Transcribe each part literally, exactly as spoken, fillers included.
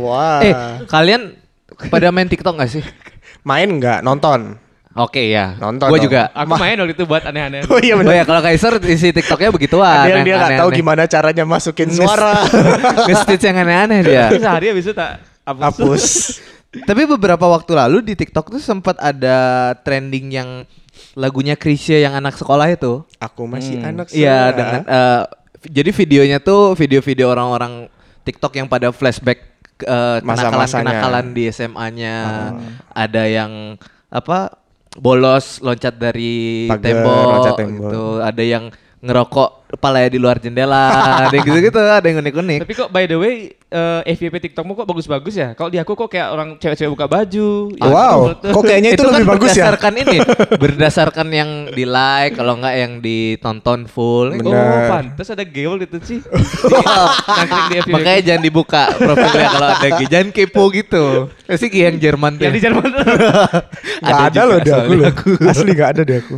Wah. Eh, kalian pada main TikTok gak sih? Main nggak? Nonton. Oke ya. Nonton Gue dong. juga. Aku main waktu itu buat aneh-aneh. Oh iya Oh benar. ya kalau Kaiser isi TikToknya begituan. Ada yang dia nggak tahu aneh-aneh. gimana caranya masukin suara. Nge-stitch yang aneh-aneh dia. Tapi sehari habis itu tak hapus. Hapus. Tapi beberapa waktu lalu di TikTok tuh sempat ada trending yang lagunya Chrisye yang anak sekolah itu. Aku masih Hmm. anak Iya sekolah. dengan eh, jadi videonya tuh video-video orang-orang TikTok yang pada flashback eh, Masa-masanya. kenakalan-kenakalan di S M A-nya. Ada yang apa bolos loncat dari Pagar, tembok, loncat tembok. gitu. Ada yang ngerokok kepalanya di luar jendela, ada yang gitu-gitu, ada yang unik-unik. Tapi kok by the way eh, F Y P TikTokmu kok bagus-bagus ya? Kalau di aku kok kayak orang cewek-cewek buka baju. Ya, Wow, betul. kok kayaknya itu, kan lebih bagus ya? berdasarkan ini, berdasarkan yang di like, kalau enggak yang ditonton full. Oh, Bener. pantas ada geol itu sih. Nangkring di F Y P. Makanya jangan dibuka profilnya kalau ada G. Jangan kepo gitu. Pasti G yang Jerman tuh. Yang di Jerman. Nggak ada, juga loh di aku soalnya loh. Asli nggak ada di aku.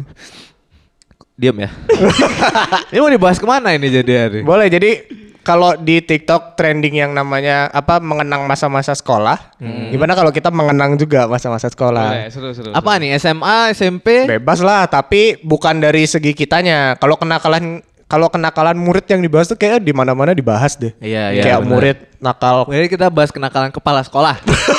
Diam ya. Ini mau dibahas kemana ini jadi hari? Boleh, jadi kalau di TikTok trending yang namanya apa mengenang masa-masa sekolah. Gimana kalau kita mengenang juga masa-masa sekolah? Boleh, seru seru. Apa nih? S M A, S M P? Bebas lah, tapi bukan dari segi kitanya. Kalau kenakalan kalau kenakalan murid yang dibahas tuh kayak di mana-mana dibahas deh. Iya, iya, Kayak benar. murid nakal. Jadi kita bahas kenakalan kepala sekolah.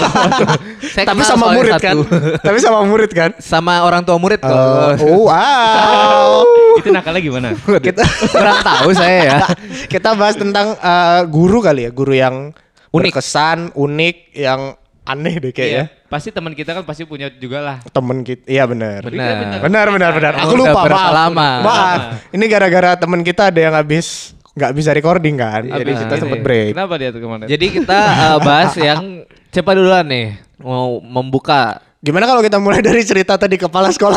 Saya Tapi kenal sama soalnya murid satu. kan? Tapi sama murid kan? Sama orang tua murid kok. Oh, wow. Itu nakalnya gimana? kita Kurang tahu saya ya. kita bahas tentang eh, guru kali ya, guru yang Unik. berkesan, unik, yang aneh deh kayaknya. Iya. Pasti teman kita kan pasti punya juga lah. Temen kita, iya benar. Benar. Benar, benar, benar. Aku Udah lupa, berapa maaf. lama? Maaf. Ini gara-gara temen kita ada yang habis nggak bisa recording kan, jadi Habis kita ini. sempat break. Kenapa dia tuh kemarin? Jadi kita eh, bahas yang siapa duluan nih? Mau membuka. Gimana kalau kita mulai dari cerita tadi kepala sekolah?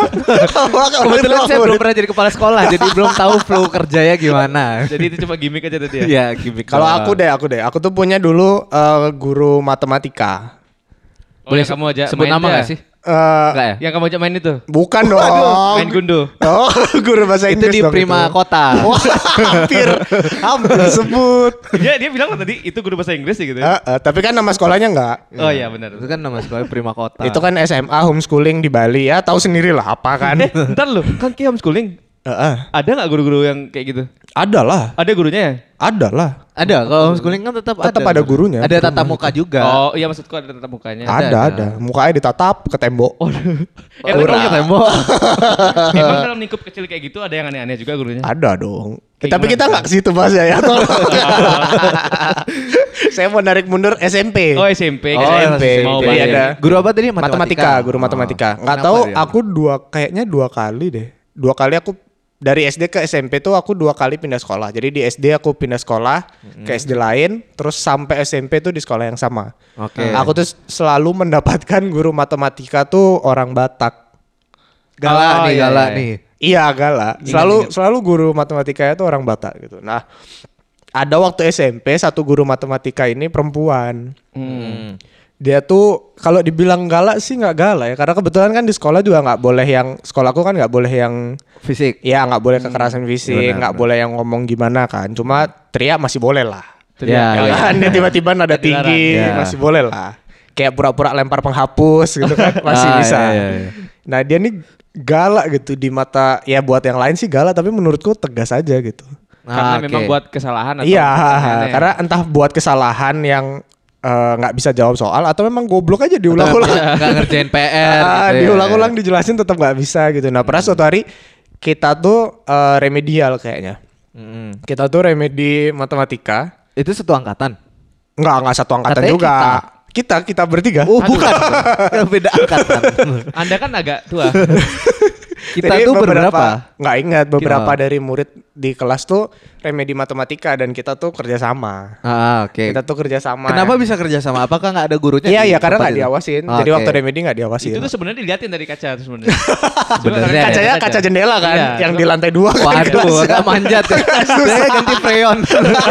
Kebetulan saya belum pernah jadi kepala sekolah, jadi belum tahu flow kerjanya gimana. Jadi itu cuma gimmick aja tadi ya. Iya, gimmick. Kalau aku deh, aku deh, aku tuh punya dulu eh, guru matematika. Oh, boleh yang kamu aja sebut main nama tuh nggak ya? sih? Eh, Enggak ya? Yang kamu aja main itu. bukan dong. Main gundu. Oh, guru bahasa Itu Inggris di dong Prima itu. Kota. Wah, hampir, hampir sebut. Dia dia bilang kan tadi itu guru bahasa Inggris sih gitu. Eh, eh, tapi kan nama sekolahnya enggak. Oh iya benar. Itu kan nama sekolah Prima Kota. Itu kan S M A homeschooling di Bali ya, tahu sendiri lah apa kan. Eh, ntar lu, kan kayak homeschooling. Eh, eh. Ada nggak guru-guru yang kayak gitu? Ada lah, Ada gurunya ya? ada lah. ada kalau homeschooling kan tetap, Tetap ada gurunya. Ada tatap muka juga. Oh iya maksudku ada tatap mukanya. Ada, Ada, ada. ada. Mukanya ditatap ke tembok. Oh, Emang ke tembok. Emang dalam lingkup kecil kayak gitu ada yang aneh-aneh juga gurunya? Ada dong. Kayak Tapi gimana? kita nggak ke situ bahasnya ya. Tolong. Saya mau narik mundur S M P. Oh S M P. Oh, S M P. S M P. Mau Jadi bahas ada ini. Guru apa tadi? matematika, guru matematika. Oh. Nggak Kenapa tahu, dia? aku dua kayaknya dua kali deh. Dua kali aku dari S D ke S M P tuh aku dua kali pindah sekolah. Jadi di S D aku pindah sekolah ke S D lain, terus sampai S M P tuh di sekolah yang sama. Oke. Aku tuh selalu mendapatkan guru matematika tuh orang Batak. Galak Oh, nih, iya, galak iya. nih. Iya galak. Selalu selalu guru matematika itu orang Batak gitu. Nah, ada waktu S M P satu guru matematika ini perempuan. Hmm. Dia tuh kalau dibilang galak sih nggak galak ya, karena kebetulan kan di sekolah juga nggak boleh yang sekolahku kan nggak boleh yang Fisik. ya nggak boleh kekerasan fisik, benar, nggak boleh yang ngomong gimana kan. Cuma teriak masih boleh lah. Ya, Ya ya. kan dia tiba-tiba nada Dilarang. tinggi Ya. masih boleh lah. Kayak pura-pura lempar penghapus gitu kan masih Ah, bisa. iya, iya, iya. Nah dia nih galak gitu di mata ya buat yang lain sih galak tapi menurutku tegas aja gitu. Karena Ah, memang oke. buat kesalahan atau Iya, aneh-aneh. karena entah buat kesalahan yang eh, nggak bisa jawab soal atau memang goblok aja diulang-ulang. Nggak ngerjain P R. Ah, gitu ya. diulang-ulang dijelasin tetap nggak bisa gitu. Nah pernah suatu hari kita tuh eh, remedial kayaknya. Mm-mm. Kita tuh remedi matematika. Itu satu angkatan. Nggak nggak satu angkatan Katanya juga. Kita kita bertiga. Oh, bukan. Beda angkatan. Anda kan agak tua. Kita Jadi tuh berberapa? Nggak ingat beberapa Kita- dari murid di kelas tuh remedi matematika dan kita tuh kerjasama. Ah, oke. Kita tuh kerjasama. Kenapa bisa kerja sama? Apakah nggak ada gurunya? Iya di iya karena tempat nggak itu? diawasin. Ah, Jadi oke. waktu remedi nggak diawasin. Itu tuh sebenarnya diliatin dari kaca tuh sebenarnya. Sebenarnya Kacanya kaca jendela kan, Iya, yang cuma- di lantai dua. kan Waduh, kelasnya. agak manjat ya. Saya ganti freon.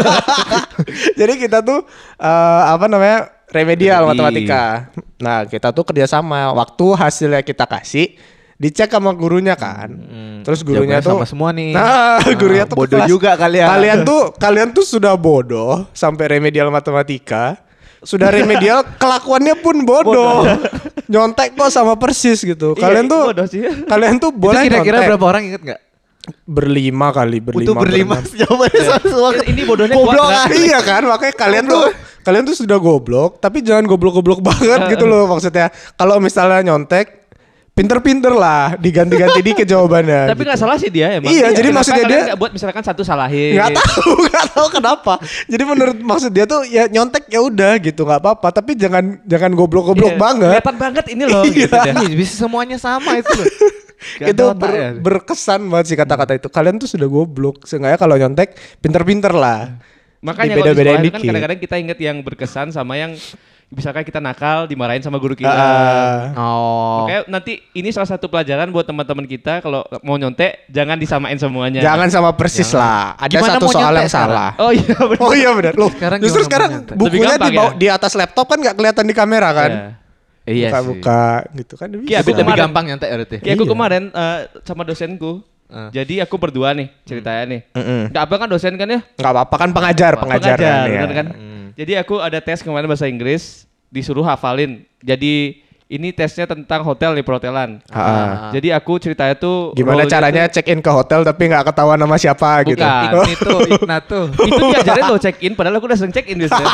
Jadi kita tuh eh, apa namanya remedial Remedi. matematika. Nah kita tuh kerjasama. Waktu hasilnya kita kasih, dicek sama gurunya kan. Terus gurunya Jawabannya tuh sama semua nih. Nah, gurunya Ah, tuh bodoh kelas. juga kalian. Kalian tuh kalian tuh sudah bodoh sampai remedial matematika. sudah remedial, kelakuannya pun bodoh. Nyontek kok sama persis gitu. Kalian Iya, tuh bodoh sih. kalian tuh boleh Itu kira-kira nyontek. berapa orang inget nggak? Berlima kali, berlima. Itu berlima berenam. jawabannya semua. Ini bodohnya Goblok kuadrat. kali. Iya kan, makanya kalian tuh kalian tuh sudah goblok, tapi jangan goblok-goblok banget gitu loh maksudnya. Kalau misalnya nyontek, pinter-pinter lah, diganti-ganti dikit jawabannya. Tapi gitu. nggak salah sih dia emang. Iya, jadi Kenapa maksudnya kalian dia- nggak buat misalkan satu salahin. Nggak tahu, nggak tahu kenapa. Jadi menurut maksud dia tuh ya nyontek ya udah gitu, nggak apa-apa. Tapi jangan jangan goblok-goblok Iya, banget. Kelihatan banget ini loh. Iya. gitu dah. Iya, bisa semuanya sama itu loh. Gak Itu ada otak ber- ya. berkesan banget sih kata-kata itu. Kalian tuh sudah goblok. Seenggaknya kalau nyontek pinter-pinter lah. Makanya kalau di Dibeda-bedain sekolah itu kan dikit. kadang-kadang kita inget yang berkesan sama yang misalkan kita nakal dimarahin sama guru kita. Ah, Oh. Makanya nanti ini salah satu pelajaran buat teman-teman kita kalau mau nyontek jangan disamain semuanya. jangan sama persis lah. Ada Gimana satu mau soal nyontek yang salah. Oh iya benar. Oh iya benar. Loh, Sekarang justru gimana sekarang mau nyontek? Lebih bukunya gampang di, bawah- ya? di atas laptop kan nggak kelihatan di kamera kan. Iya. Iya sih. Buka-buka gitu kan. Ki, bisa. aku Lebih kemarin- gampang nyontek berarti. Kayak aku Iya. kemarin eh, sama dosenku. Ah. Jadi aku berdua nih ceritanya nih. Mm-mm. Nggak apa kan dosen kan ya? Nggak apa-apa kan pengajar, pengajar, kan, ya. bener kan? Jadi aku ada tes kemarin bahasa Inggris, disuruh hafalin. Jadi ini tesnya tentang hotel nih perhotelan. Ah. Jadi aku ceritanya tuh Gimana role-nya caranya tuh- check in ke hotel tapi nggak ketahuan nama siapa gitu. Bukan. Ini tuh, Igna tuh. itu diajarin lo check in padahal aku udah sering check in biasanya.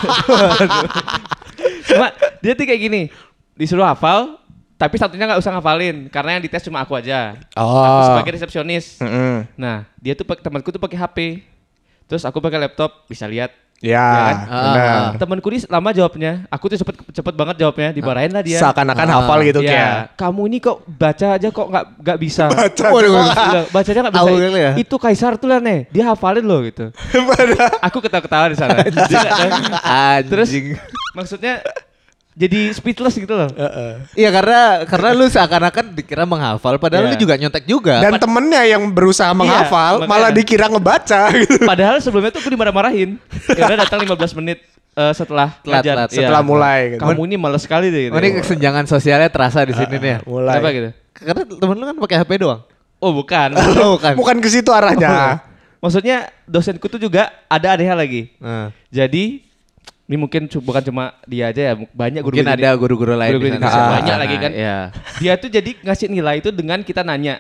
Cuma dia tuh kayak gini, disuruh hafal tapi satunya nggak usah ngafalin karena yang dites cuma aku aja. Aku Oh. sebagai resepsionis. Mm-mm. Nah, dia tuh pak- temanku tuh pakai H P. Terus aku pakai laptop, bisa lihat. Ya, kan? benar. Ah. Temanku ini lama jawabnya. Aku tuh cepet cepet banget jawabnya, dimarahin lah dia. Seakan-akan Ah. hafal gitu Iya, kayak. kamu ini kok baca aja kok nggak nggak bisa. Baca. Waduh, Kok nggak- nggak- bacanya nggak bisa. Tahu kali ya? Itu Kaisar tuh lah nih, dia hafalin loh gitu. Aku ketawa-ketawa di sana. Dia nggak tahu. Terus Anjing. maksudnya jadi speechless gitu loh. Iya karena karena lu seakan-akan dikira menghafal padahal Iya. lu juga nyontek juga. Dan temennya yang berusaha menghafal makanya. malah dikira ngebaca gitu. Padahal sebelumnya tuh aku dimarah-marahin. Karena datang lima belas menit eh, setelah Telat, ngajar. telat. Iya. Setelah mulai gitu. Kamu ini males sekali deh gitu. Oh, ini kesenjangan sosialnya terasa di sini nih ya. Mulai. Kenapa gitu? Karena temen lu kan pakai H P doang. Oh bukan. Oh, bukan. Bukan ke situ arahnya. Maksudnya dosenku tuh juga ada adanya lagi. Nah, Jadi ini mungkin cu- bukan cuma dia aja ya, banyak guru mungkin ada guru-guru lain guru-guru di sana. Indonesia Ah, banyak ah, lagi kan. Iya. Dia tuh jadi ngasih nilai itu dengan kita nanya.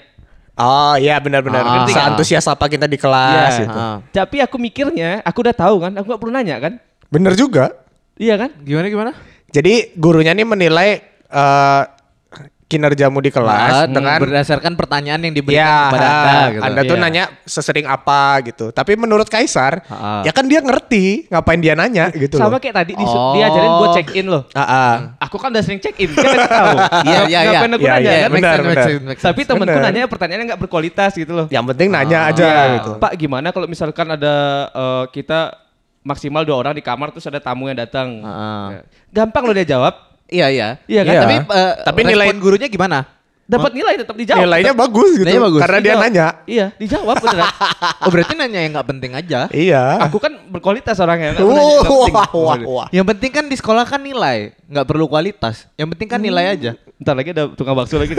Oh iya benar-benar. Ah. Ngerti nggak? Antusias apa kita di kelas Iya. gitu. Ah. Tapi aku mikirnya, aku udah tahu kan, aku gak perlu nanya kan? Bener juga. Iya kan? Gimana gimana? Jadi gurunya nih menilai eh, kinerjamu di kelas Ah, dengan berdasarkan pertanyaan yang diberikan ya, kepada ha, Anda gitu. Anda tuh Iya. nanya sesering apa gitu. Tapi menurut Kaisar, Ah. ya kan dia ngerti ngapain dia nanya gitu Sama loh. kayak tadi disu- Oh. diajarin buat check in loh. Ah, ah. Aku kan udah sering check in, kan aku tahu. Iya, iya, iya. Ngapain aku Iya, nanya iya, kan? benar, Make sense, benar. make sense, make sense. Tapi temanku Benar. nanya pertanyaannya nggak berkualitas gitu loh. Yang penting nanya Ah. aja Iya, gitu. Pak gimana kalau misalkan ada eh, kita maksimal dua orang di kamar terus ada tamu yang datang. Ah. Gampang loh dia jawab. Iya iya. Iya kan? Iya. Tapi eh, Tapi respon nilai- gurunya gimana? Dapat nilai tetap dijawab. Nilainya bagus gitu. Nilainya bagus. Karena dia Dijawab. nanya. Iya, dijawab beneran. Oh berarti nanya yang nggak penting aja. Iya. Aku kan berkualitas orangnya. nggak pernah nanya yang nggak penting. Wah, wah, wah. Yang penting kan di sekolah kan nilai, nggak perlu kualitas. Yang penting kan nilai aja. Bentar lagi ada tukang bakso lagi.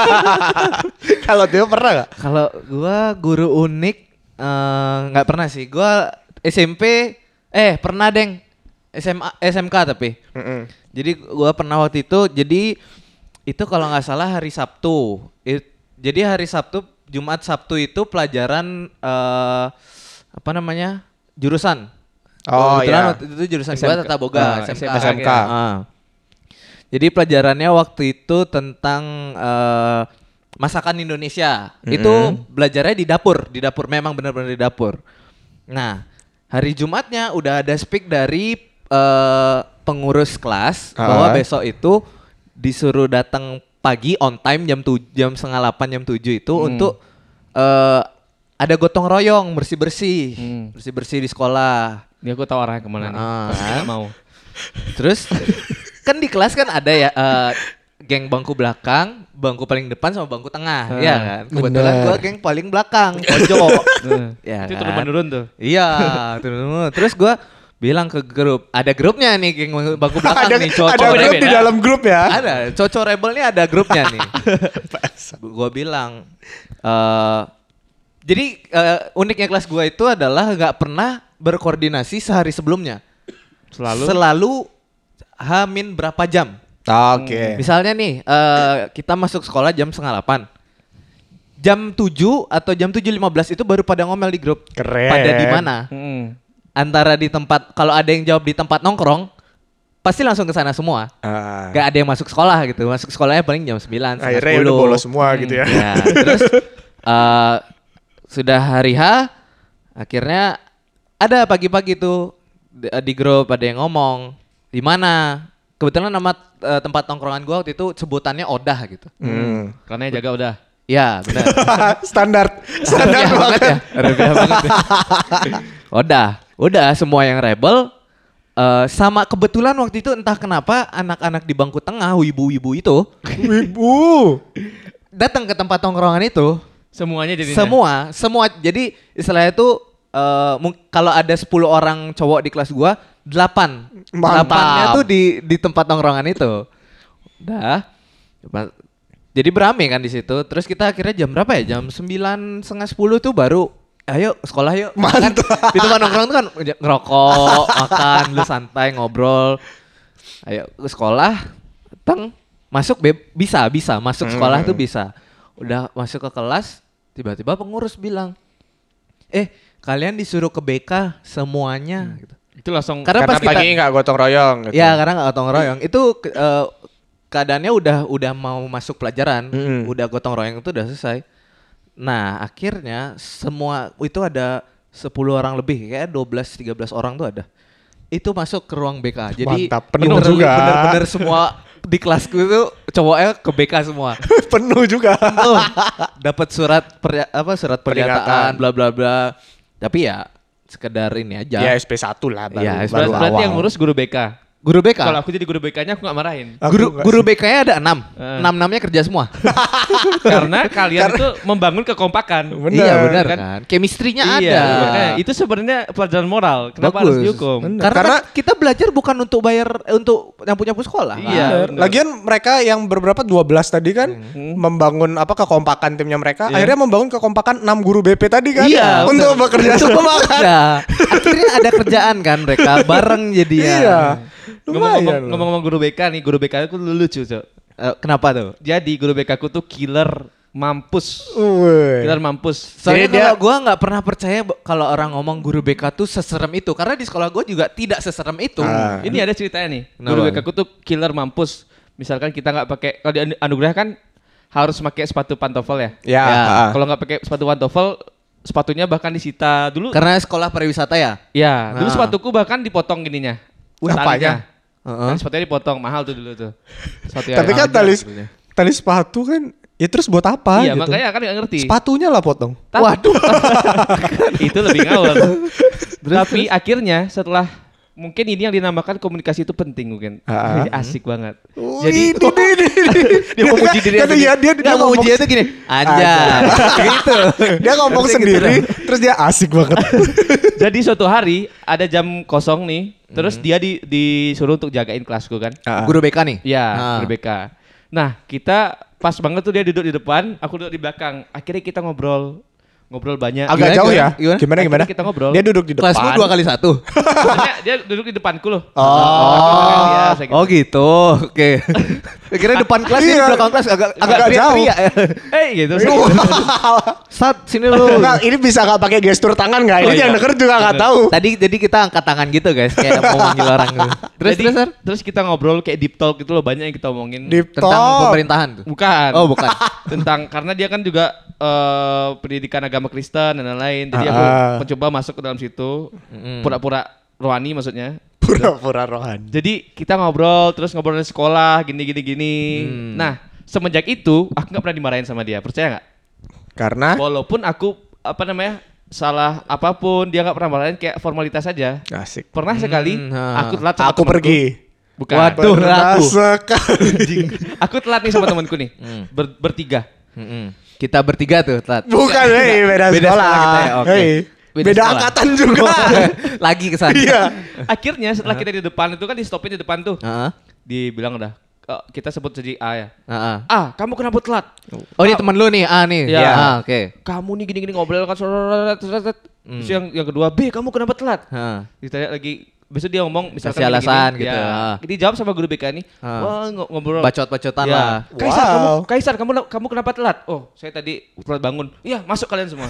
Kalau dia pernah nggak? Kalau gua guru unik eh, nggak pernah sih. Gua S M P eh pernah deng S M A S M K tapi. Mm-mm. Jadi gua pernah waktu itu jadi itu kalau nggak salah hari Sabtu. It- jadi hari Sabtu Jumat Sabtu itu pelajaran eh, apa namanya jurusan. Oh, Kebetulan iya. waktu itu jurusan S M K. gua tata boga Ah, S M K. S M K. Ah. Jadi pelajarannya waktu itu tentang eh, masakan Indonesia. Itu belajarnya di dapur, di dapur memang benar-benar di dapur. Nah, hari Jumatnya udah ada speak dari eh, pengurus kelas bahwa Ah. besok itu disuruh datang pagi on time jam tujuh jam setengah delapan jam tujuh itu Hmm. untuk eh, ada gotong royong bersih bersih Hmm. bersih bersih di sekolah. Ini aku tahu arahnya kemana nih. Ah. Pasti nggak mau. Terus kan di kelas kan ada ya eh, geng bangku belakang, bangku paling depan sama bangku tengah, Ah, ya kan. Kebetulan bener. gua geng paling belakang, pojok. Nah, Ya itu kan? turun menurun tuh. Iya, turun. Terus gua bilang ke grup, ada grupnya nih geng bangku belakang Ada, nih, cocok. ada grup di beda-beda. dalam grup ya. Ada, Coco Rebel nih ada grupnya nih. Gua bilang, eh jadi eh, uniknya kelas gua itu adalah nggak pernah berkoordinasi sehari sebelumnya. Selalu. Selalu Hamin berapa jam. Oke. Misalnya nih, eh, kita masuk sekolah jam setengah delapan. Jam tujuh atau jam tujuh lima belas itu baru pada ngomel di grup. Keren. Pada di mana? Hmm. Antara di tempat, kalau ada yang jawab di tempat nongkrong, pasti langsung ke sana semua. Ah. Gak ada yang masuk sekolah gitu. Masuk sekolahnya paling jam sembilan, setengah Akhirnya sepuluh. udah bolos semua gitu ya. Ya, terus eh, sudah hari H, akhirnya ada pagi-pagi tuh di, di grup ada yang ngomong di mana. Kebetulan nama eh, tempat nongkrongan gua waktu itu sebutannya Odah gitu. Hmm. Karena yang jaga udah. Ya benar. Standar. Standar Rupiah banget ya. Rupiah banget ya. Udah, udah semua yang rebel. eh, sama kebetulan waktu itu entah kenapa anak-anak di bangku tengah, wibu-wibu itu Wibu. datang ke tempat nongkrongan itu. Semuanya jadi. Semua, semua. Jadi istilahnya itu eh, mung- kalau ada sepuluh orang cowok di kelas gua, delapan. Mantap. Delapannya tuh di di tempat nongkrongan itu. Udah. Jadi berame kan di situ. Terus kita akhirnya jam berapa ya? Jam sembilan setengah sepuluh tuh baru ayo sekolah yuk. Mantap. Kan, di tempat nongkrong tuh kan ngerokok, makan, lu santai ngobrol. Ayo ke sekolah, teng masuk be- bisa bisa masuk sekolah tuh bisa. Udah masuk ke kelas, tiba-tiba pengurus bilang, "Eh, kalian disuruh ke B K semuanya." gitu. Itu langsung. Karena, Karena pas kita pagi nggak gotong royong gitu. ya karena nggak gotong royong. Itu ke- eh, keadaannya udah udah mau masuk pelajaran, Mm-mm. udah gotong royong itu udah selesai. Nah, akhirnya semua itu ada sepuluh orang lebih, kayak dua belas tiga belas orang tuh ada. Itu masuk ke ruang B K. Jadi Mantap, penuh literally juga. Bener-bener semua di kelasku itu cowoknya ke B K semua. Penuh juga. Tuh, dapat surat per, apa surat Peringatan. pernyataan bla bla bla. Tapi ya sekedar ini aja. Ya S P satu lah baru, Ya, S P baru satu. Berarti awal. yang ngurus guru B K. Guru B K. Kalau aku jadi guru B K-nya aku nggak marahin. Aku Guru nggak guru sih. B K-nya ada enam. Eh. Enam-enamnya kerja semua. Karena kalian itu membangun kekompakan. Bener, Iya benar kan? kan. Chemistry-nya Iya, ada. makanya itu sebenarnya pelajaran moral. Kenapa Bagus. harus dihukum? Bener. Karena, Karena- kan kita belajar bukan untuk bayar eh, untuk nyapu-nyapu sekolah. Iya. kan? Bener. bener. Lagian mereka yang berberapa dua belas tadi kan membangun apa kekompakan timnya mereka, Iya. akhirnya membangun kekompakan enam guru B P tadi kan Iya, untuk bener. bekerja Untuk sama kan. bekerja. Akhirnya ada kerjaan kan mereka bareng jadinya. Iya. Ngomong-ngomong Lumayan loh. ngomong-ngomong guru B K nih, guru B K aku dulu lucu, Cok. Eh, kenapa tuh? Jadi guru B K aku tuh killer mampus. Wih. Killer mampus. Soalnya Jadi dia- kalau gue nggak pernah percaya b- kalau orang ngomong guru B K tuh seserem itu. Karena di sekolah gue juga tidak seserem itu. Ah. Ini ada ceritanya nih. Kenapa? Guru B K aku tuh killer mampus. Misalkan kita nggak pakai, kalau di anu- anugerah kan harus pakai sepatu pantofel ya. Ya. Ya. ah. Kalau nggak pakai sepatu pantofel, sepatunya bahkan disita dulu. Karena sekolah pariwisata ya. Ya, dulu Nah. sepatuku bahkan dipotong gininya. Wih, Talinya. apanya? Heeh. Tali sepatunya dipotong, mahal tuh dulu tuh. Sepatu Tapi yang kan mahal tali sebenarnya. tali sepatu kan ya terus buat apa Iya, gitu. makanya kan nggak ngerti. Sepatunya lah potong. Tapi- Waduh. Itu lebih ngawur. Tapi akhirnya setelah mungkin ini yang dinamakan komunikasi itu penting mungkin. Ah. Asik banget. Jadi Jadi ini, ini, ini. Dia mau muji diri Kata dia, dia, dia, Nggak mau ngomong, muji itu gini. Anjay. gitu. dia ngomong Harusnya gitu sendiri, dong. terus dia asik banget. Jadi suatu hari ada jam kosong nih, terus dia di, disuruh untuk jagain kelasku kan. Ah. Guru B K nih? Iya, Ah. guru B K. Nah, kita pas banget tuh dia duduk di depan, aku duduk di belakang. Akhirnya kita ngobrol, ngobrol banyak. Agak Gimana, jauh gimana? ya. Gimana? Gimana gimana? Akhirnya kita ngobrol. Dia duduk di depan. Kelasmu dua kali satu. Maksudnya dia duduk di depanku loh. Oh. Aku belakang dia, saya gitu. Oh gitu. Oke. Kira depan kelas ini Iya. belakang kelas agak agak Agak jauh. teriak-teriak ya. Eh gitu. Sat sini lu. Nah, ini bisa nggak pakai gestur tangan nggak? Ini Oh, yang iya. denger juga nggak Bener. tahu. Tadi jadi kita angkat tangan gitu guys kayak mau manggil orang gitu. Terus Jadi, terus Sar? terus kita ngobrol kayak deep talk gitu loh, banyak yang kita omongin. Deep Tentang talk. pemerintahan tuh. Bukan. Oh, bukan. Tentang karena dia kan juga eh, pendidikan agama Kristen dan lain-lain. Jadi aku Ah. mencoba masuk ke dalam situ, pura-pura rohani maksudnya. Pura-pura rohani. Jadi kita ngobrol, terus ngobrol di sekolah, gini gini gini. Hmm. Nah, semenjak itu aku nggak pernah dimarahin sama dia, percaya nggak? Karena Walaupun aku apa namanya salah apapun, dia nggak pernah marahin, kayak formalitas saja. asik. Pernah sekali nah. aku telat sama Aku temanku. pergi. Bukan. Waduh. Pernah aku. sekali. Aku telat nih sama temanku nih, Hmm. ber- bertiga. Mm-mm. Kita bertiga tuh, Tat. Bukan, hei, beda, Beda sekolah. sekolah kita ya, oke. Hei, Beda beda, sekolah. angkatan juga. Lagi ke sana. Iya. Akhirnya setelah kita di depan itu kan di stopin di depan tuh, Heeh. dibilang udah "Eh, kita sebut jadi A ya. Heeh. Ah, kamu kenapa telat? Oh, ini teman lu nih, A nih. Iya. Ah, oke. Kamu nih gini-gini ngobrol kan. Terus yang yang kedua B, kamu kenapa telat? Heeh. Ditanya lagi besok dia ngomong misalkan Kasih alasan gini, gitu. Ya, dijawab sama guru B K ini. Ah. Wah, ng- ngobrol. Bacot-bacotan Ya. lah. Kaisar, Wow. kamu Kaisar, kamu kamu kenapa telat? Oh, saya tadi telat bangun. Iya, masuk kalian semua.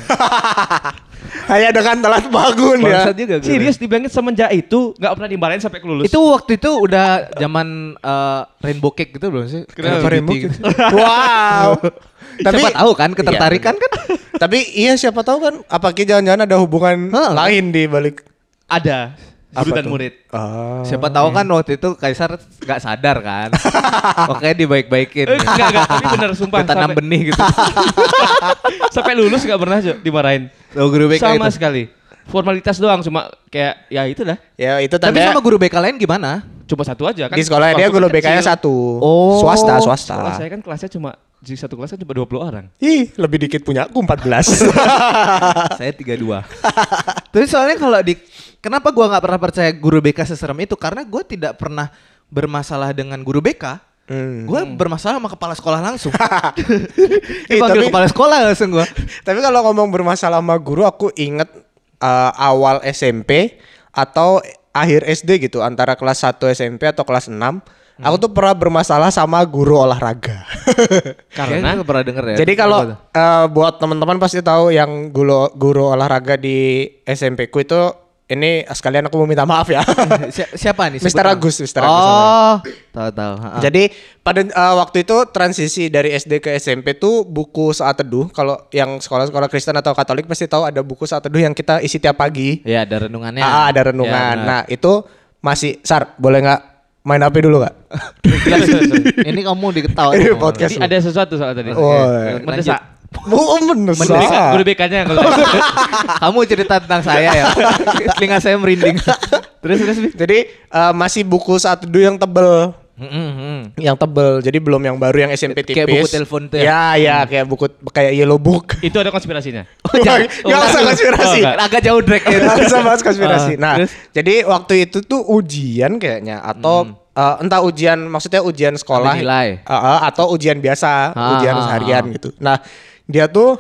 Hanya dengan telat bangun ya. Bangsat juga guru. Serius dibilangin semenjak itu nggak pernah dimarahin sampai kelulus. Itu waktu itu udah zaman eh, rainbow cake gitu belum sih? Kenapa L G B T remote? gitu. Wow. Tapi Siapa tahu kan ketertarikan kan? tapi iya siapa tahu kan apakah jangan-jangan ada hubungan Hah. lain di balik ada guru Apa dan tuh? murid. Ah. Siapa tahu kan waktu itu Kaisar nggak sadar kan. Oke dibaik-baikin. Eh, enggak, enggak, tapi bener sumpah. Ditanam sampai- benih gitu. Sampai lulus nggak pernah Jo, dimarahin. Oh, guru B K Sama itu. sekali. Formalitas doang, cuma kayak ya itu dah. Ya itu Tapi tanda sama guru B K lain gimana? Cuma satu aja kan. di sekolah dia waktu guru B K-nya kecil. satu. Oh. Swasta, swasta. Sekolah saya kan kelasnya cuma di satu kelasnya cuma dua puluh orang. Ih, lebih dikit punya aku empat belas. Saya tiga puluh dua. Terus soalnya kalau di kenapa gua nggak pernah percaya guru B K seserem itu karena gua tidak pernah bermasalah dengan guru B K. Hmm. Gue bermasalah sama kepala sekolah langsung. Eh, Dipanggil tapi- kepala sekolah langsung gue. Tapi kalau ngomong bermasalah sama guru, aku inget uh, awal S M P atau akhir S D gitu, antara kelas satu S M P atau kelas enam. Aku tuh pernah bermasalah sama guru olahraga. Karena Kayaknya pernah denger ya. Jadi kalau Apa tuh? uh, buat teman-teman pasti tahu yang guru guru olahraga di S M P ku itu, ini sekalian aku mau minta maaf ya. Si- siapa nih? Mister sebut Agus, nama. Mister Agus Oh, tahu tahu. Ha-ha. Jadi pada uh, waktu itu transisi dari S D ke S M P tuh buku saat teduh. Kalau yang sekolah-sekolah Kristen atau Katolik pasti tahu ada buku saat teduh yang kita isi tiap pagi. ya ada renungannya. Ah, ada renungan. Ya, benar. Nah itu masih Sar, boleh nggak main H P dulu nggak? Ini kamu diketahui. Ini podcast. Jadi ada sesuatu soal tadi. Oh, iya. Mendesak. Oh, mendesak. Guru B K guru B K-nya yang kalau tadi. Kamu cerita tentang saya ya. Telinga saya merinding. Terus terus. Bi. Jadi uh, masih buku saat teduh yang tebel. Mm-mm. Yang tebel. Jadi belum yang baru yang S M P tipis. Kayak buku telepon tuh ya? Ya, ya, kayak buku kayak yellow book. Itu ada konspirasinya. jangan. Nggak Oh, usah aduh. konspirasi. Oh, nggak. Agak jauh drag ya. Nggak usah bahas konspirasi. Ah, Nah, terus? jadi waktu itu tuh ujian kayaknya atau uh, entah ujian maksudnya ujian sekolah Ambil nilai. uh, uh, atau ujian biasa, Ah, ujian ah, seharian ah. gitu. Nah, dia tuh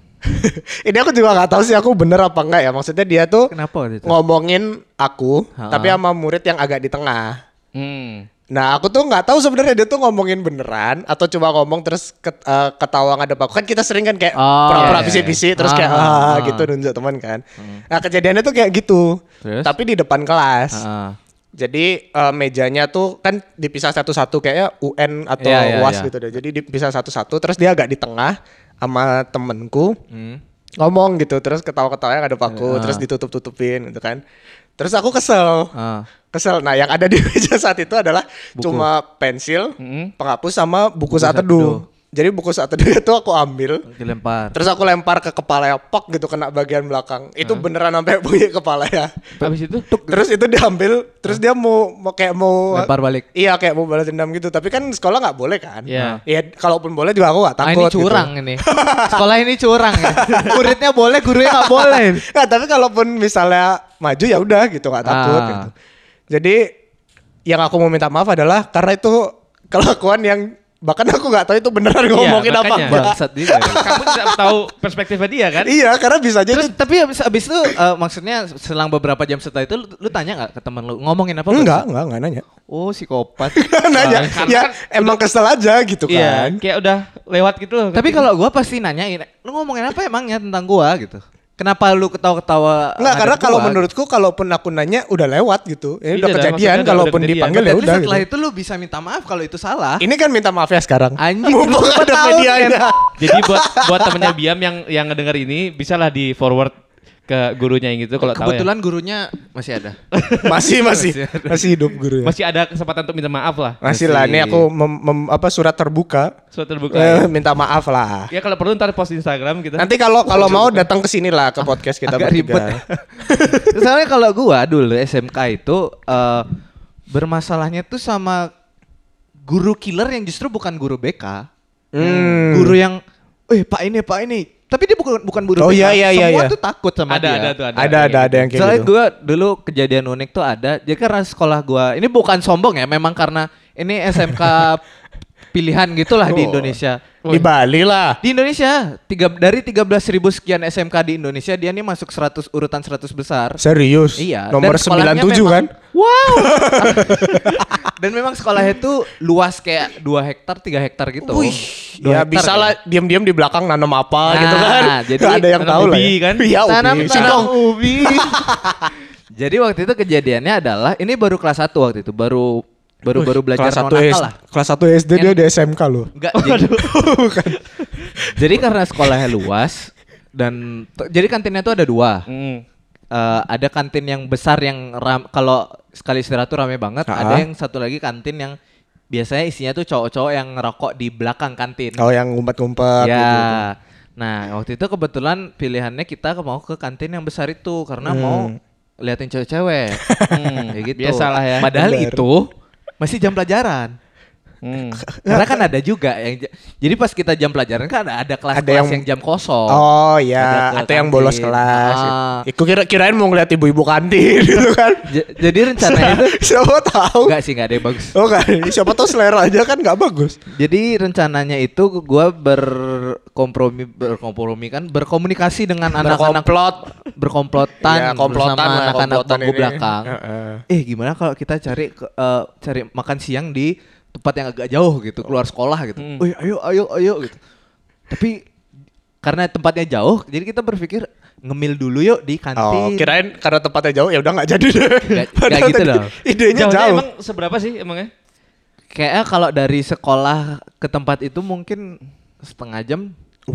ini aku juga nggak tahu sih aku bener apa enggak ya. Maksudnya dia tuh Kenapa waktu itu? ngomongin aku, Ah, tapi ah. sama murid yang agak di tengah. Hmm. Nah, aku tuh nggak tahu sebenarnya dia tuh ngomongin beneran atau cuma ngomong terus ket, uh, ketawa ngadep aku. Kan kita sering kan kayak Oh, pura-pura iya, iya, bisi-bisi iya. terus kayak Ah, ah, ah. gitu nunjuk teman kan. Nah, kejadiannya tuh kayak gitu. Terus? Tapi di depan kelas. Ah. Jadi uh, mejanya tuh kan dipisah satu-satu kayaknya U N atau Iya, iya, U A S iya. gitu deh. Jadi dipisah satu-satu terus dia agak di tengah sama temenku Hmm. ngomong gitu terus ketawa-ketawanya ngadep aku Ah. terus ditutup-tutupin gitu kan. Terus aku kesel. Ah. Kesel. Nah, yang ada di meja saat itu adalah Buku. cuma pensil, Mm-mm. penghapus sama buku, Buku saat saat teduh. Jadi buku saat teduh itu aku ambil, Dilempar. terus aku lempar ke kepala ya, pok gitu kena bagian belakang. Itu beneran sampai bunyi kepala ya. Habis itu Terus itu diambil, terus dia mau, mau kayak mau Lempar balik. Iya, kayak mau balas dendam gitu. Tapi kan sekolah nggak boleh kan? Iya. Iya, kalaupun boleh juga aku nggak Ah, takut. ini curang gitu. ini. Sekolah ini curang ya. Muridnya boleh, gurunya nggak boleh. Nah, tapi kalaupun misalnya maju ya udah gitu nggak takut. Ah. Gitu. Jadi yang aku mau minta maaf adalah karena itu kelakuan yang bahkan aku nggak tahu itu beneran ngomongin apa makanya. enggak. Bangsat juga. ya. kamu tidak tahu perspektifnya dia kan? Iya, karena bisa aja Terus itu- tapi abis, abis itu eh, maksudnya selang beberapa jam setelah itu lu, lu tanya nggak ke temen lu ngomongin apa? enggak, barusan? enggak, enggak nanya. Oh psikopat. nanya. karena Ya kan emang kesel aja gitu Iya, kan. kayak udah lewat gitu loh. Tapi kalau gua pasti nanyain, lu ngomongin apa emangnya tentang gua gitu? Kenapa lu ketawa-ketawa? Enggak, karena ngadep kalau gua? menurutku kalaupun aku nanya udah lewat gitu. Ini Iya, udah dah, kejadian, maksudnya udah- kalaupun udah kejadian. dipanggil ya Berarti udah setelah gitu. itu lu bisa minta maaf kalau itu salah. Ini kan minta maaf ya sekarang. Anjing, Mumpung lu ada tahu, medianya. Jadi buat buat temennya Biam yang yang ngedenger ini bisalah di forward ke gurunya yang gitu kalau tahu ya. Kebetulan gurunya masih ada. Masih, masih. Masih hidup guru ya. Masih ada kesempatan untuk minta maaf lah. Masih lah, ini aku mem- mem- apa surat terbuka. Surat terbuka. Eh, ya. minta maaf lah. Ya kalau perlu ntar post di Instagram gitu. Nanti kalau kalau mau datang ke sini lah ke podcast kita Agak ribet. bertiga. Soalnya kalau gua dulu S M K itu eh, bermasalahnya tuh sama guru killer yang justru bukan guru B K. Hmm. Guru yang eh Pak ini Pak ini. Tapi dia bukan bukan guru Oh, B K. iya, iya, iya, Semua iya. tuh takut sama ada, dia. ada tuh ada. Ada ada ada yang kayak Soalnya gitu. gua dulu kejadian unik tuh ada. Jadi karena sekolah gua ini bukan sombong ya, memang karena ini S M K pilihan gitulah di Oh. Indonesia. Di Bali lah. Di Indonesia, tiga, dari tiga belas ribu sekian S M K di Indonesia, dia nih masuk seratus urutan seratus besar. Serius? Iya. Nomor dan sekolahnya sembilan puluh tujuh kan? memang- Wow. Dan memang sekolahnya itu luas kayak dua hektar, tiga hektar gitu. Wih, Dua ya hektar bisa kayak. lah diam-diam di belakang nanam apa Nah, gitu kan. jadi Nggak ada yang tanam tahu lah ubi ya. kan? Iya, Tanam ubi. tanam Singkong. ubi. Jadi waktu itu kejadiannya adalah ini baru kelas satu waktu itu, baru baru baru belajar kelas satu nonakal S- lah. Kelas satu S D dia Yang- di S M K loh. Enggak, jadi, jadi karena sekolahnya luas dan t- jadi kantinnya tuh ada dua. Hmm. Eh, ada kantin yang besar yang ram, kalau sekali istirahat tuh rame banget. Ah. Ada yang satu lagi kantin yang biasanya isinya tuh cowok-cowok yang ngerokok di belakang kantin. Oh, yang ngumpet-ngumpet ya. gitu. Nah, waktu itu kebetulan pilihannya kita mau ke kantin yang besar itu karena Hmm. mau liatin cewek-cewek. Hmm, kayak gitu. Biasalah ya. Padahal Bener. itu masih jam pelajaran. Hmm. Karena kan ada juga yang ja- jadi pas kita jam pelajaran kan ada ada kelas-kelas Ada yang, yang- jam kosong. Oh Ada ya, ke atau yang bolos kantin. kelas. Ah. Iku kira kirain mau ngeliat ibu-ibu kantin gitu kan. J- jadi rencananya itu Siapa tahu? enggak sih, enggak ada yang bagus. Oh kan, siapa tahu selera aja kan nggak bagus. Jadi rencananya itu gua berkompromi berkompromi kan berkomunikasi dengan anak-anak Berkomplot. berkomplotan Ya, komplotan bersama lah, anak-anak komplotan bangku ini. belakang. Heeh. Eh gimana kalau kita cari ke- eh, cari makan siang di tempat yang agak jauh gitu, keluar sekolah gitu. Hmm. Oh ayo ayo ayo gitu. Tapi karena tempatnya jauh, jadi kita berpikir ngemil dulu yuk di Oh, kantin. kirain karena tempatnya jauh ya udah nggak jadi deh. Nggak- nggak Padahal gitu tadi loh. Idenya Jauhnya jauh. emang seberapa sih emangnya? Kayaknya kalau dari sekolah ke tempat itu mungkin setengah jam.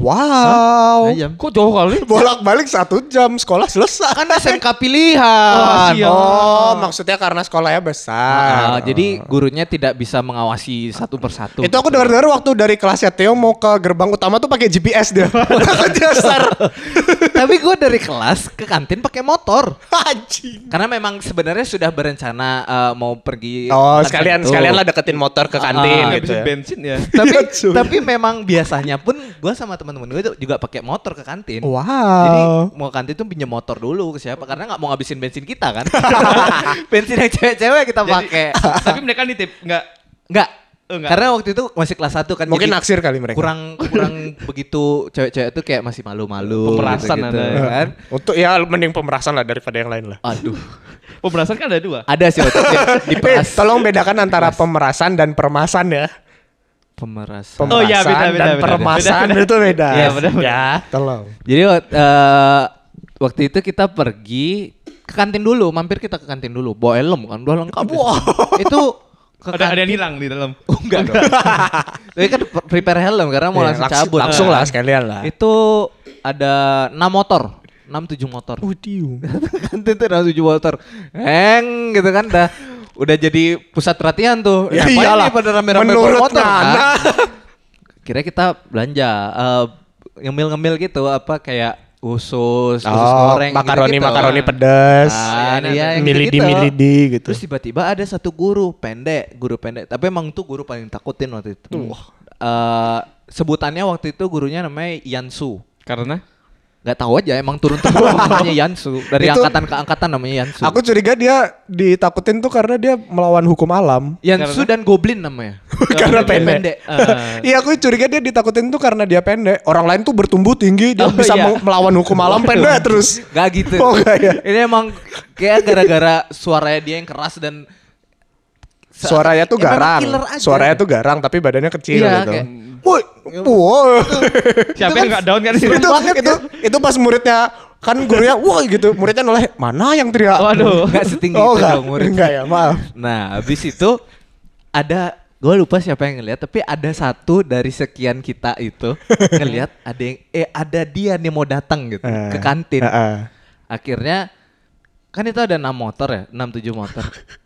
Wow. Setengah jam. Kok jauh kali? Bolak-balik satu jam sekolah selesai. Kan S M K pilihan. Oh, siap. Oh, maksudnya karena sekolahnya besar. Ah, jadi gurunya tidak bisa mengawasi satu persatu. Itu aku dengar-dengar waktu dari kelasnya Theo mau ke gerbang utama tuh pakai G P S dia. Dasar. Tapi gue dari kelas ke kantin pakai motor. Anjing. Karena memang sebenarnya sudah berencana eh, mau pergi. Oh, makan sekalian itu. sekalian lah deketin motor ke kantin Ah, gitu Ngabisin ya. bensin ya. Tapi Iya, cuy. tapi memang biasanya pun gue sama teman-teman gue juga pakai motor ke kantin. Wow. Jadi mau kantin tuh pinjam motor dulu ke siapa karena nggak mau ngabisin bensin kita kan. Bensin yang cewek-cewek kita Jadi- pakai. Tapi mereka nitip enggak. Enggak. Oh, enggak. Karena waktu itu masih kelas satu kan. Mungkin jadi naksir kali mereka. kurang kurang begitu cewek-cewek tuh kayak masih malu-malu. Pemerasan gitu-gitu, ada ya. kan. Untuk ya mending pemerasan lah daripada yang lain lah. Aduh. Pemerasan kan ada dua. Ada sih waktu itu di Eh, peras. tolong bedakan antara pemerasan dan permasan ya. Pemerasan. Oh, iya, Pemerasan beda, beda, dan beda. permasan Beda, beda. itu beda. Iya, benar, benar. Ya, tolong. Jadi wak- eh, waktu itu kita pergi ke kantin dulu, mampir kita ke kantin dulu. Bawa helm kan, udah lengkap. Itu ke Ada ada yang kantin- hilang di dalam. Oh, enggak dong. Tapi kan prepare helm karena mau Ya, langsung laks- cabut. Langsung Nah, lah sekalian lah. Itu ada enam motor, enam tujuh motor. Udiu. Kantin tuh ada tujuh motor. Heng gitu kan dah. Udah jadi pusat perhatian tuh. Ya Ngapain iyalah. nih pada rame-rame bawa Menurut motor kan? Nana. Kira kita belanja eh, ngemil-ngemil gitu apa kayak usus, usus Oh, goreng makaroni gitu-gitu. makaroni pedas. Ah, iya, yang milidi gitu-gitu. milidi gitu. Terus tiba-tiba ada satu guru pendek, guru pendek. Tapi emang tuh guru paling takutin waktu itu. Eh, sebutannya waktu itu gurunya namanya Yansu. Karena Gak tahu aja, emang turun temurun namanya Yansu. Dari Itu- angkatan ke angkatan namanya Yansu. Aku curiga dia ditakutin tuh karena dia melawan hukum alam. Yansu dan Goblin namanya. Karena Dia pendek. Ah. Iya, aku curiga dia ditakutin tuh karena dia pendek. Orang lain tuh bertumbuh tinggi, dia Oh, bisa iya. meng- melawan hukum alam pendek terus. Gak gitu. Oh, enggak ya? Ini emang kayak gara-gara suaranya dia yang keras dan Suaranya tuh Ya, memang garang. killer aja. Suaranya tuh garang tapi badannya kecil Iya, gitu. kayak- Woi, wow. Siapa yang enggak down kan? itu itu itu pas muridnya kan gurunya woi gitu, muridnya noleh, mana yang teriak? Waduh. Nggak setinggi oh, itu enggak, dong murid. enggak ya, maaf. Nah, habis itu ada gue lupa siapa yang ngeliat, tapi ada satu dari sekian kita itu ngelihat ada yang eh ada dia nih mau datang gitu Eh, ke kantin. eh, eh. Akhirnya kan itu ada enam motor ya, enam tujuh motor.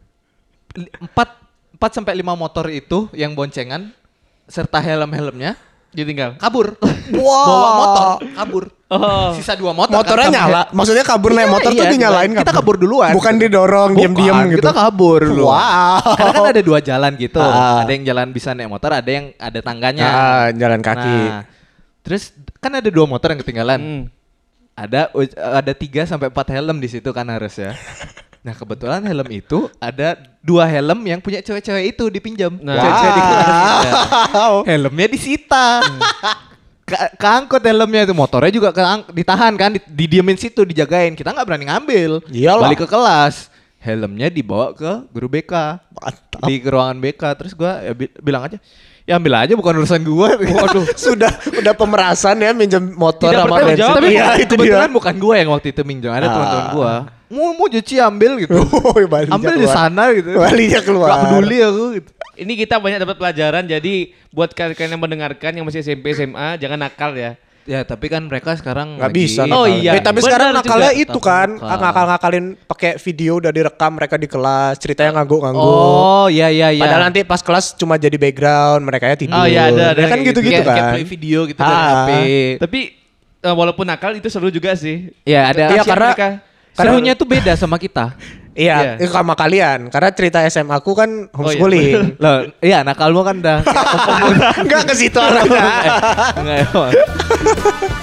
Li- Empat empat sampai lima motor itu yang boncengan serta helm-helmnya Ditinggal. kabur. Wow. Bawa motor, kabur. Oh. Sisa dua motor. Motornya kan, sama nyala, maksudnya kabur naik Iya, motor tuh iya, dinyalain kita kabur duluan. Bukan didorong Bukan, diam-diam gitu. Kita kabur dulu. Wow. Karena kan ada dua jalan gitu. Ah. Ada yang jalan bisa naik motor, ada yang ada tangganya. Ah, jalan kaki. Nah, terus kan ada dua motor yang ketinggalan. Hmm. Ada ada tiga sampai empat helm di situ kan harus ya. Nah kebetulan helm itu ada dua helm yang punya cewek-cewek itu dipinjam. Nah. Cewek-cewek di kelas. Wow. Helmnya disita. Ke- keangkut helmnya itu, motornya juga keang- ditahan kan, di- didiemin situ, dijagain. Kita nggak berani ngambil. Iyalah. Balik ke kelas, helmnya dibawa ke guru B K. Mantap. Di ruangan B K. Terus gua ya, bi- bilang aja, ya ambil aja, bukan urusan gua. Waduh, sudah udah pemerasan ya minjem motor Tidak sama bertanggung bensin. jawab. Tapi Iya, itu dia. kebetulan bukan gua yang waktu itu minjem, ada Ah. teman-teman gua. Mau mau cuci ambil gitu. Oh, balinya Ambil di keluar. sana gitu. Balinya keluar. Gak peduli aku gitu. Ini kita banyak dapat pelajaran, jadi buat kalian yang mendengarkan yang masih S M P S M A jangan nakal ya. Ya tapi kan mereka sekarang Nggak lagi- bisa. Oh, nakalin. iya. Eh, tapi Benar sekarang juga. nakalnya itu Tapi kan nakal. ngakal-ngakalin pakai video udah direkam mereka di kelas, ceritanya ngangguk-ngangguk. Oh iya iya iya. Padahal nanti pas kelas cuma jadi background, mereka ya tidur. Oh, iya, ada, ada Ya kan kayak gitu-gitu Kayak- kayak kan. play video gitu dari Ah. H P. Tapi eh, walaupun nakal itu seru juga sih. Ya ada. Iya, Kasihan karena- mereka. Serunya tuh beda sama kita. Iya, Iya. itu sama kalian. Karena cerita S M A aku kan Oh, iya, homeschooling. Loh, iya nakal lu kan udah. Enggak ke situ arahnya. Enggak emang.